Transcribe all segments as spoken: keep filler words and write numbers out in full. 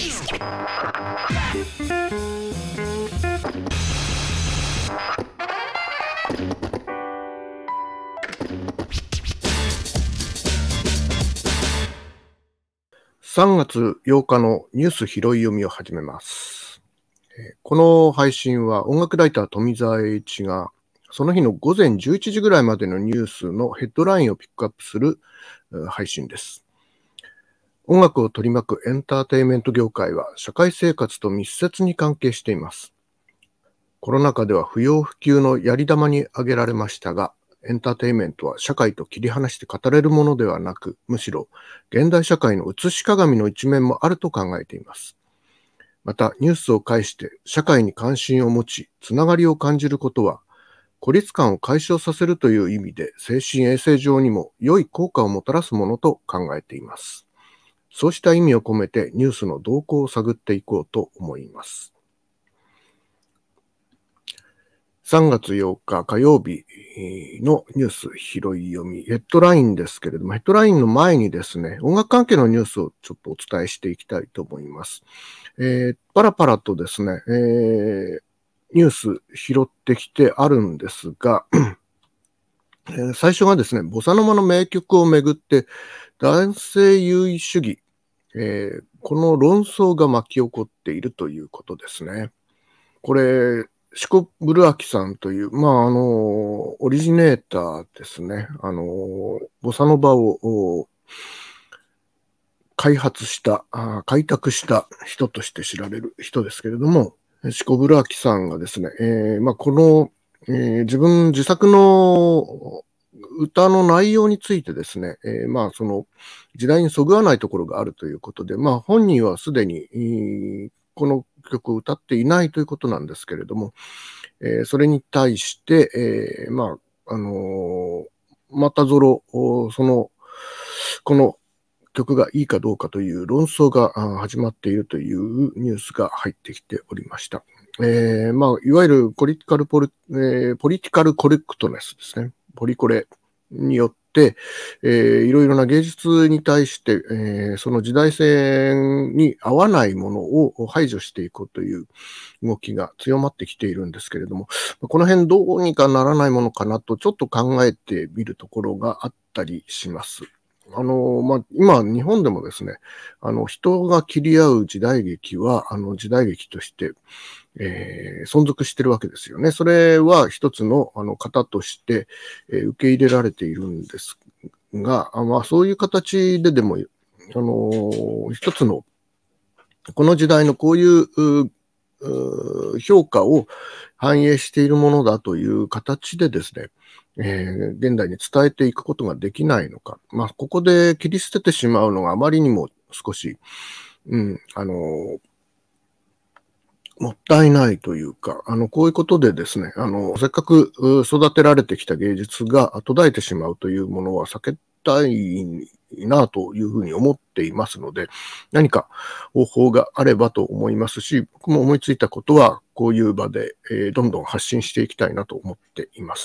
さんがつようかのニュース拾い読みを始めます。この配信は音楽ライター富澤栄一がその日の午前じゅういちじぐらいまでのニュースのヘッドラインをピックアップする配信です。音楽を取り巻くエンターテインメント業界は社会生活と密接に関係しています。コロナ禍では不要不急のやり玉に挙げられましたが、エンターテインメントは社会と切り離して語れるものではなく、むしろ現代社会の映し鏡の一面もあると考えています。また、ニュースを介して社会に関心を持ち、つながりを感じることは、孤立感を解消させるという意味で、精神衛生上にも良い効果をもたらすものと考えています。そうした意味を込めてニュースの動向を探っていこうと思います。さんがつようか火曜日のニュース拾い読み、ヘッドラインですけれども、ヘッドラインの前にですね、音楽関係のニュースをちょっとお伝えしていきたいと思います。えー、パラパラとですね、えー、ニュース拾ってきてあるんですが、最初がですね、ボサノバの名曲をめぐって男性優位主義、えー、この論争が巻き起こっているということですね。これ、シコブルアキさんという、まあ、あの、オリジネーターですね。あの、ボサノバを開発した、開拓した人として知られる人ですけれども、シコブルアキさんがですね、えー、まあ、この、えー、自分自作の歌の内容についてですね、えー、まあ、その時代にそぐわないところがあるということで、まあ、本人はすでに、えー、この曲を歌っていないということなんですけれども、えー、それに対して、えー、まあ、あのー、またぞろ、その、この曲がいいかどうかという論争が始まっているというニュースが入ってきておりました。えー、まあ、いわゆるポリティカルポリ、えー、ポリティカルコレクトネスですね。ポリコレによって、えー、いろいろな芸術に対して、えー、その時代性に合わないものを排除していこうという動きが強まってきているんですけれども、この辺どうにかならないものかなとちょっと考えてみるところがあったりします。あの、まあ、今、日本でもですね、あの、人が切り合う時代劇は、あの、時代劇として、えー、存続してるわけですよね。それは一つの、あの、型として、えー、受け入れられているんですが、あまあ、そういう形ででも、あのー、一つの、この時代のこういう、う評価を反映しているものだという形でですね、えー、現代に伝えていくことができないのか。まあ、ここで切り捨ててしまうのがあまりにも少し、うん、あのー、もったいないというか、あの、こういうことでですね、あの、せっかく育てられてきた芸術が途絶えてしまうというものは避けたいなというふうに思っていますので、何か方法があればと思いますし、僕も思いついたことは、こういう場で、えー、どんどん発信していきたいなと思っています。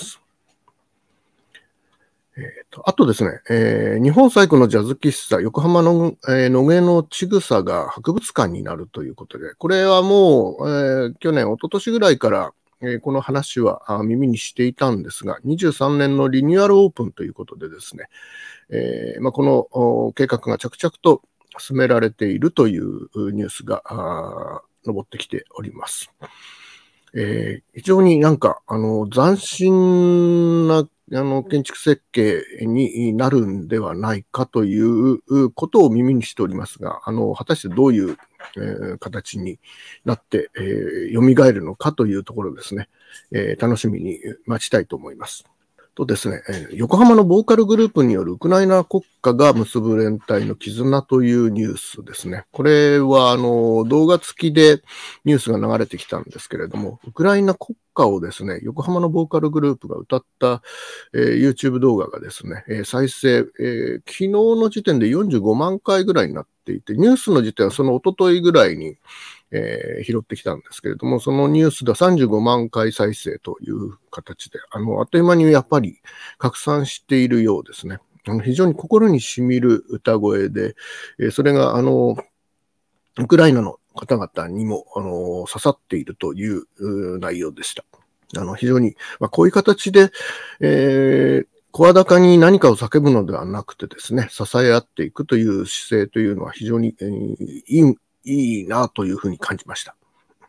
えー、とあとですね、えー、日本最古のジャズ喫茶、横浜の、えー、野毛のちぐさが博物館になるということで、これはもう、えー、去年、一昨年ぐらいから、えー、この話は耳にしていたんですが、にじゅうさんねんのリニューアルオープンということでですね、えーまあ、この計画が着々と進められているというニュースが上ってきております。えー、非常になんか、あの、斬新な、あの、建築設計になるんではないかということを耳にしておりますが、あの、果たしてどういう、えー、形になって、えー、蘇るのかというところですね、えー、楽しみに待ちたいと思います。とですね、横浜のボーカルグループによるウクライナ国家が結ぶ連帯の絆というニュースですね。これはあの動画付きでニュースが流れてきたんですけれども、ウクライナ国歌をですね、横浜のボーカルグループが歌った、えー、YouTube 動画がですね、えー、再生、えー、昨日の時点でよんじゅうごまんかいぐらいになっていて、ニュースの時点はその一昨日ぐらいにえー、拾ってきたんですけれども、そのニュースではさんじゅうごまんかい再生という形で、あの、あっという間にやっぱり拡散しているようですね。あの非常に心に染みる歌声で、えー、それが、あの、 ウクライナの方々にも、あの、刺さっているという内容でした。あの、非常に、まあ、こういう形で、えー、声高に何かを叫ぶのではなくてですね、支え合っていくという姿勢というのは非常に、えー、いい、いいなというふうに感じました。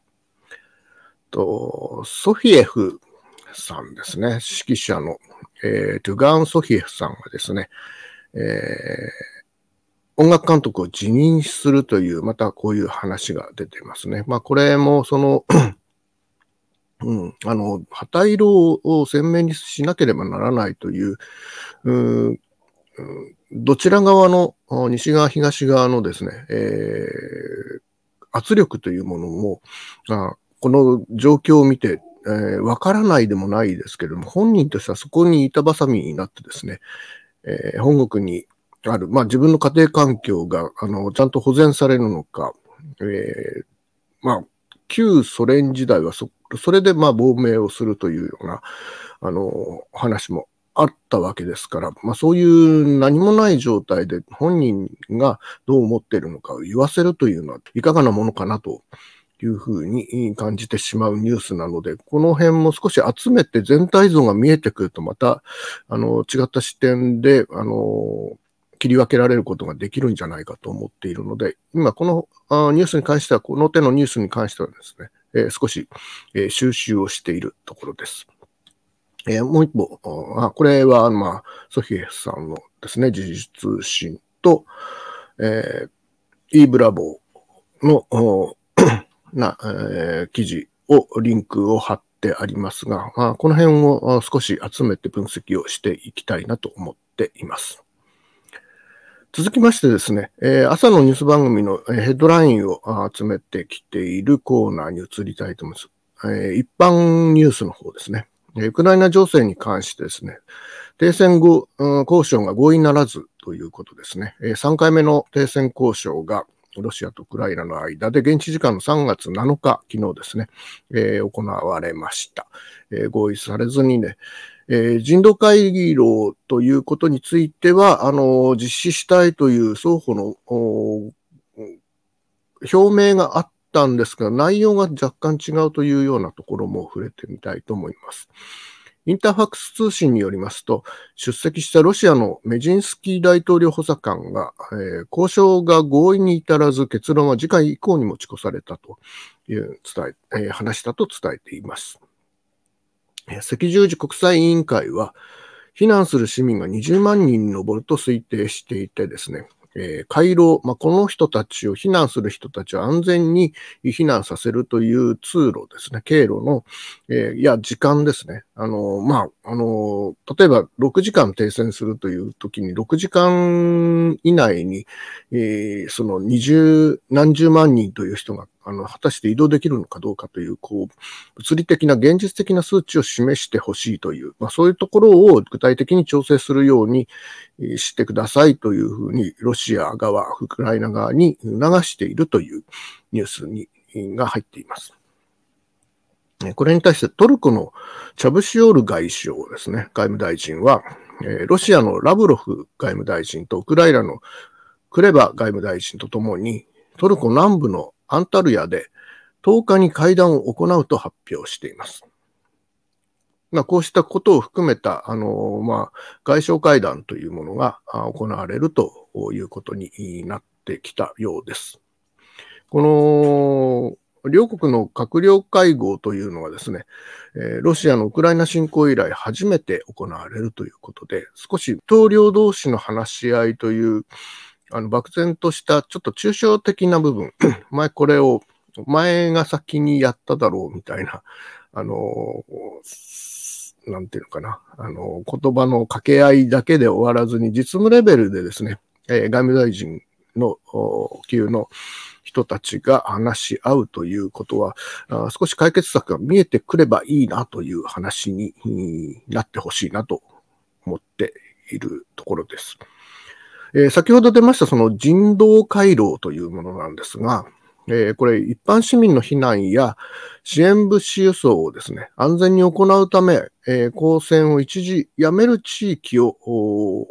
と、ソフィエフさんですね、指揮者の、えー、トゥガーン・ソフィエフさんがですね、えー、音楽監督を辞任するという、またこういう話が出ていますね。まあ、これもその、うん、あの、旗色を鮮明にしなければならないという、うーどちら側の、西側、東側のですね、えー、圧力というものも、あこの状況を見て、えー、わからないでもないですけれども、本人としてはそこに板挟みになってですね、えー、本国にある、まあ自分の家庭環境が、あの、ちゃんと保全されるのか、えー、まあ、旧ソ連時代はそ、それでまあ亡命をするというような、あの、話もあったわけですから、まあそういう何もない状態で本人がどう思っているのかを言わせるというのはいかがなものかなというふうに感じてしまうニュースなので、この辺も少し集めて全体像が見えてくるとまた、あの、違った視点で、あの、切り分けられることができるんじゃないかと思っているので、今このあニュースに関しては、この手のニュースに関してはですね、えー、少し、えー、収集をしているところです。えー、もう一歩、あこれは、まあ、ソフィエフさんのですね、時事通信と、えー、イーブラボーのな、えー、記事を、リンクを貼ってありますが、まあ、この辺を少し集めて分析をしていきたいなと思っています。続きましてですね、えー、朝のニュース番組のヘッドラインを集めてきているコーナーに移りたいと思います。えー、一般ニュースの方ですね。ウクライナ情勢に関してですね、停戦後、うん、交渉が合意ならずということですね。えー、さんかいめの停戦交渉がロシアとウクライナの間で現地時間のさんがつなのか、昨日ですね、えー、行われました。えー、合意されずにね、えー、人道回廊ということについては、あの、実施したいという双方の表明があったんですが、内容が若干違うというようなところも触れてみたいと思います。インターファックス通信によりますと、出席したロシアのメジンスキー大統領補佐官が、えー、交渉が合意に至らず結論は次回以降に持ち越されたという伝え、えー、話したと伝えています。赤十字国際委員会は、避難する市民がにじゅうまんにんに上ると推定していてですね、えー、回廊、まあ、この人たちを避難する人たちを安全に避難させるという通路ですね、経路の、えー、いや、時間ですね。あの、まあ、あの、例えばろくじかん停戦するという時にろくじかん以内に、えー、その二十何十万人という人があの果たして移動できるのかどうかという、こう、物理的な現実的な数値を示してほしいという、まあ、そういうところを具体的に調整するようにしてくださいというふうに、ロシア側、ウクライナ側に促しているというニュースにが入っています。これに対してトルコのチャブシオール外相ですね、外務大臣は、ロシアのラブロフ外務大臣とウクライナのクレバ外務大臣とともに、トルコ南部のアンタルヤでとおかに会談を行うと発表しています。まあ、こうしたことを含めた、あの、まあ、外相会談というものが行われるということになってきたようです。この、両国の閣僚会合というのはですね、ロシアのウクライナ侵攻以来初めて行われるということで、少し統領同士の話し合いという、あの、漠然としたちょっと抽象的な部分、前これを、前が先にやっただろうみたいな、あの、なんていうのかな、あの、言葉の掛け合いだけで終わらずに、実務レベルでですね、えー、外務大臣の級の人たちが話し合うということは、少し解決策が見えてくればいいなという話になってほしいなと思っているところです。えー、先ほど出ましたその人道回廊というものなんですが、えー、これ一般市民の避難や支援物資輸送をですね、安全に行うため、えー、交戦を一時やめる地域を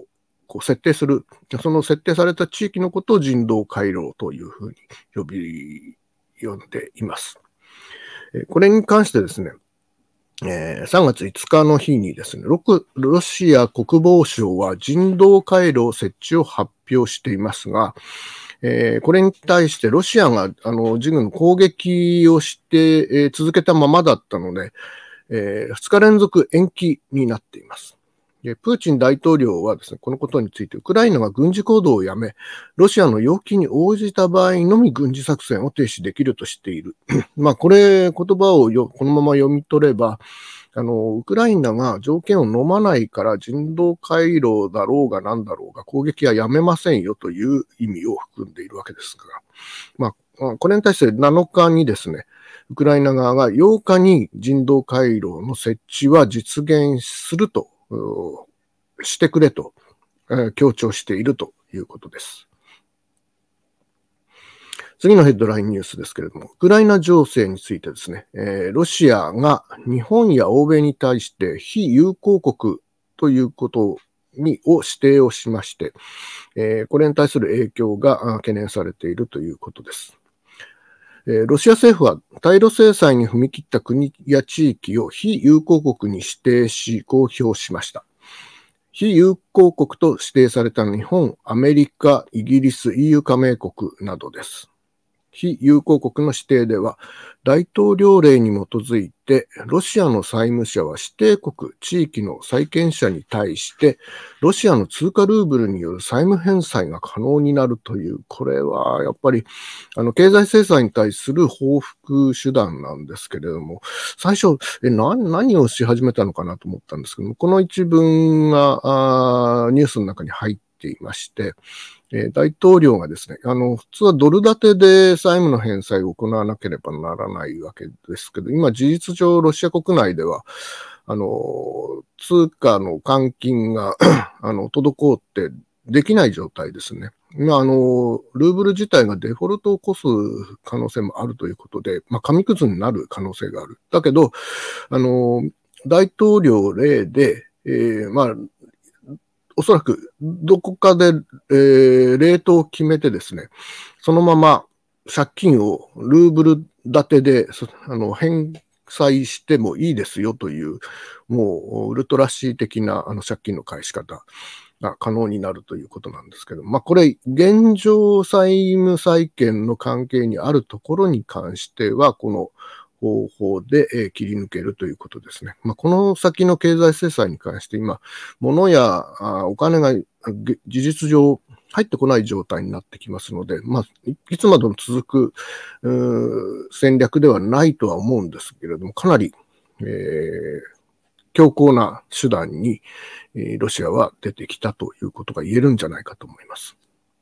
こう設定する、その設定された地域のことを人道回廊というふうに呼び、呼んでいます。これに関してですね、えー、さんがついつかの日にですね、ロロシア国防省は人道回廊設置を発表していますが、えー、これに対してロシアがあの自軍の攻撃をして、えー、続けたままだったので、えー、ふつか連続延期になっています。でプーチン大統領はですね、このことについてウクライナが軍事行動をやめ、ロシアの要求に応じた場合のみ軍事作戦を停止できるとしている。まあこれ、言葉をよこのまま読み取れば、あの、ウクライナが条件を飲まないから人道回廊だろうが何だろうが攻撃はやめませんよという意味を含んでいるわけですが、まあ、これに対してなのかにですね、ウクライナ側がようかに人道回廊の設置は実現すると、してくれと、えー、強調しているということです。次のヘッドラインニュースですけれども、ウクライナ情勢についてですね、えー、ロシアが日本や欧米に対して非友好国ということにを指定をしまして、えー、これに対する影響が懸念されているということです。えー、ロシア政府は対ロ制裁に踏み切った国や地域を非友好国に指定し公表しました。非友好国と指定された日本、アメリカ、イギリス、イーユー 加盟国などです。非友好国の指定では、大統領令に基づいて、ロシアの債務者は指定国、地域の債権者に対して、ロシアの通貨ルーブルによる債務返済が可能になるという、これはやっぱり、あの、経済制裁に対する報復手段なんですけれども、最初、え、な、何をし始めたのかなと思ったんですけども、この一文が、あニュースの中に入っていまして、えー、大統領がですね、あの、普通はドル建てで債務の返済を行わなければならないわけですけど、今事実上ロシア国内では、あの、通貨の換金があの、滞ってできない状態ですね。今、あの、ルーブル自体がデフォルトを起こす可能性もあるということで、まあ、紙くずになる可能性がある。だけど、あの、大統領令で、えー、まあ、おそらくどこかで、えー、レートを決めてですね、そのまま借金をルーブル建てであの返済してもいいですよという、もうウルトラシー的なあの借金の返し方が可能になるということなんですけど、まあこれ、現状債務債権の関係にあるところに関しては、この方法で、えー、切り抜けるということですね。まあ、この先の経済制裁に関して今、物やあお金が事実上入ってこない状態になってきますので、まあ、いつまでも続く戦略ではないとは思うんですけれども、かなり、えー、強硬な手段に、えー、ロシアは出てきたということが言えるんじゃないかと思います。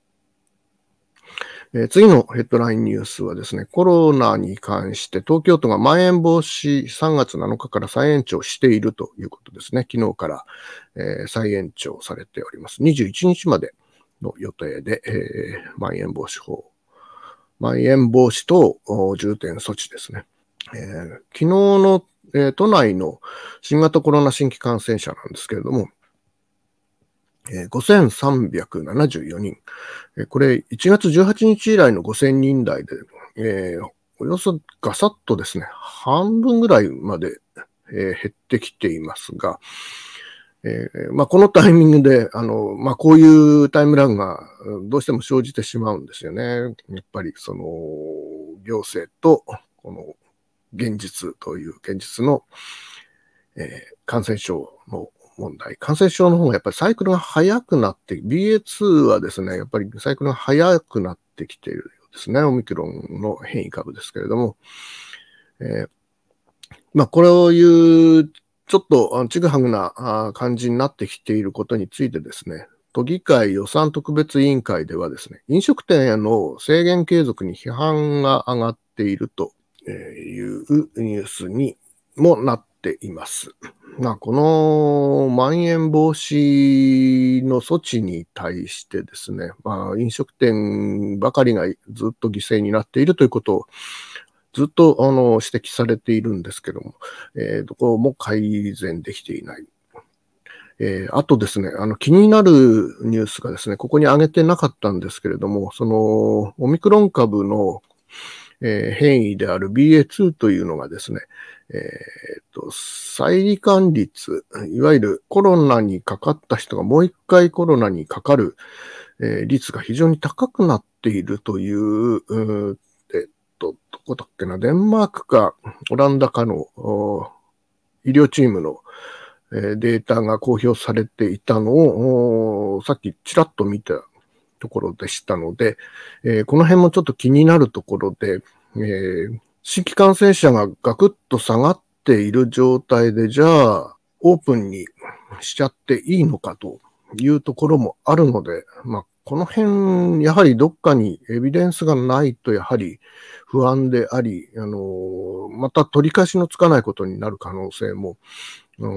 えー、次のヘッドラインニュースはですね、コロナに関して東京都がまん延防止さんがつなのかから再延長しているということですね。昨日から、えー、再延長されております。にじゅういちにちまでの予定で、えー、まん延防止法、まん延防止等重点措置ですね。えー、昨日の、えー、都内の新型コロナ新規感染者なんですけれども、ごせんさんびゃくななじゅうよにん。これ、いちがつじゅうはちにち以来のごせんにん台で、えー、およそガサッとですね、半分ぐらいまで、えー、減ってきていますが、えーまあ、このタイミングで、あの、まあ、こういうタイムラグがどうしても生じてしまうんですよね。やっぱり、その、行政と、この、現実という現実の、えー、感染症の問題。感染症の方がやっぱりサイクルが早くなって、ビーエーツー はですね、やっぱりサイクルが早くなってきているようですね。オミクロンの変異株ですけれども。えー、まあ、これを言う、ちょっとちぐはぐな感じになってきていることについてですね、都議会予算特別委員会ではですね、飲食店への制限継続に批判が上がっているというニュースにもなっています。まあ、このまん延防止の措置に対してですね、まあ、飲食店ばかりがずっと犠牲になっているということをずっとあの指摘されているんですけども、えー、どこも改善できていない。 えー、あとですね、あの気になるニュースがですね、ここに挙げてなかったんですけれども、そのオミクロン株の、えー、変異である ビーエーツー というのがですね、えー、と再罹患率、いわゆるコロナにかかった人がもう一回コロナにかかる、えー、率が非常に高くなっているという、うえっと、どこだっけな、デンマークかオランダかの医療チームのデータが公表されていたのを、さっきちらっと見たところでしたので、えー、この辺もちょっと気になるところで、えー、新規感染者がガクッと下がっている状態で、じゃあ、オープンにしちゃっていいのかというところもあるので、まあ、この辺、やはりどっかにエビデンスがないと、やはり不安であり、あのー、また取り返しのつかないことになる可能性も、うん、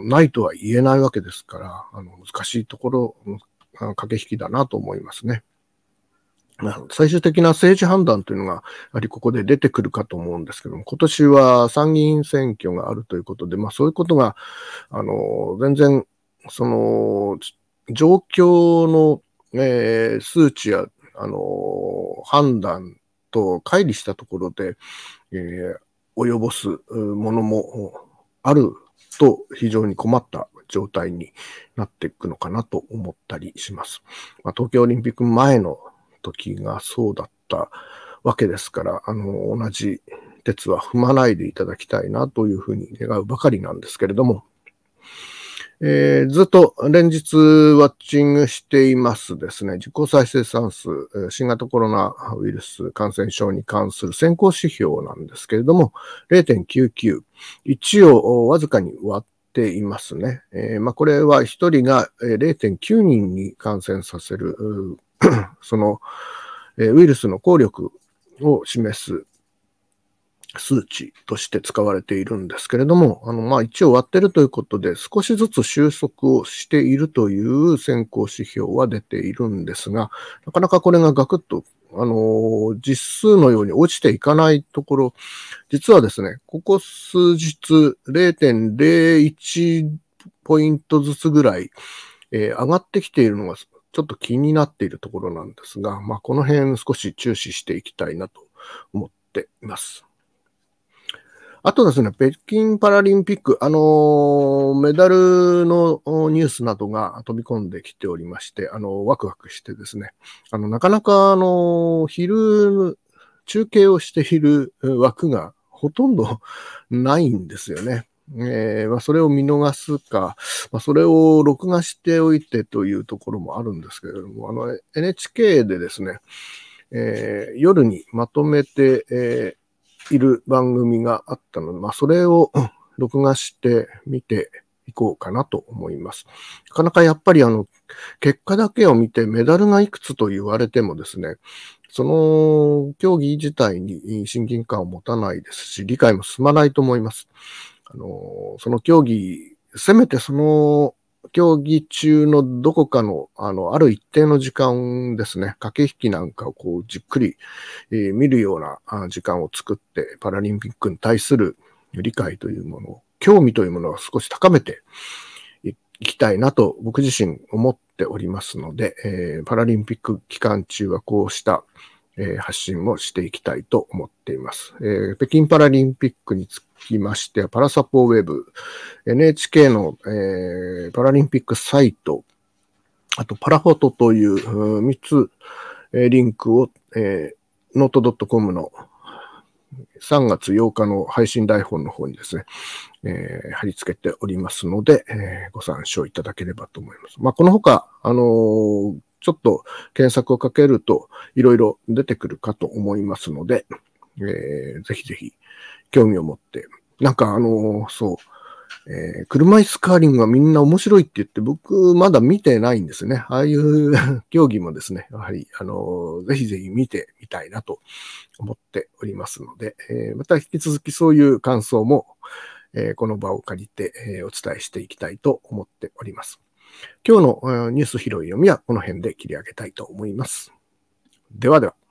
ないとは言えないわけですから、あの難しいところ、駆け引きだなと思いますね。最終的な政治判断というのが、やはりここで出てくるかと思うんですけども、今年は参議院選挙があるということで、まあそういうことが、あの、全然、その、状況の、えー、数値や、あの、判断と乖離したところで、えー、及ぼすものもあると非常に困った状態になっていくのかなと思ったりします。まあ、東京オリンピック前の時がそうだったわけですから、あの、同じ鉄は踏まないでいただきたいなというふうに願うばかりなんですけれども、えー、ずっと連日ワッチングしていますですね、実効再生産数、新型コロナウイルス感染症に関する先行指標なんですけれども、ゼロてんきゅうきゅう、いちをわずかに割っていますね。えーまあ、これはひとりが ゼロてんきゅうにんに感染させる、そのウイルスの効力を示す数値として使われているんですけれども、あの、まあ、一応割ってるということで、少しずつ収束をしているという先行指標は出ているんですが、なかなかこれがガクッと、あの、実数のように落ちていかないところ、実はですね、ここ数日 ゼロてんゼロいち ポイントずつぐらい、えー、上がってきているのがちょっと気になっているところなんですが、まあ、この辺少し注視していきたいなと思っています。あとですね、北京パラリンピック、あのー、メダルのニュースなどが飛び込んできておりまして、あのー、ワクワクしてですね、あの、なかなか、あのー、昼、中継をしている枠がほとんどないんですよね。えーまあ、それを見逃すか、まあ、それを録画しておいてというところもあるんですけれども、あの、エヌエイチケー でですね、えー、夜にまとめて、えーいる番組があったので、まあ、それを録画して見ていこうかなと思います。なかなかやっぱりあの、結果だけを見てメダルがいくつと言われてもですね、その競技自体に親近感を持たないですし、理解も進まないと思います。あの、その競技、せめてその競技中のどこかの、あの、ある一定の時間ですね、駆け引きなんかをこう、じっくり、えー、見るような時間を作って、パラリンピックに対する理解というものを、興味というものを少し高めていきたいなと、僕自身思っておりますので、えー、パラリンピック期間中はこうした、えー、発信もしていきたいと思っています。えー、北京パラリンピックにつきましては、パラサポウェブ、エヌエイチケー の、えー、パラリンピックサイト、あとパラフォトというみっつ、えー、リンクを、えー、ノート ドットコム のさんがつようかの配信台本の方にですね、えー、貼り付けておりますので、えー、ご参照いただければと思います。まあ、このほか、あのー、ちょっと検索をかけるといろいろ出てくるかと思いますので、えー、ぜひぜひ興味を持って、なんかあのー、そう、えー、車椅子カーリングがみんな面白いって言って、僕まだ見てないんですね。ああいう競技もですね、やはり、あのー、ぜひぜひ見てみたいなと思っておりますので、えー、また引き続きそういう感想も、えー、この場を借りて、えー、お伝えしていきたいと思っております。今日のニュース拾い読みはこの辺で切り上げたいと思います。ではでは。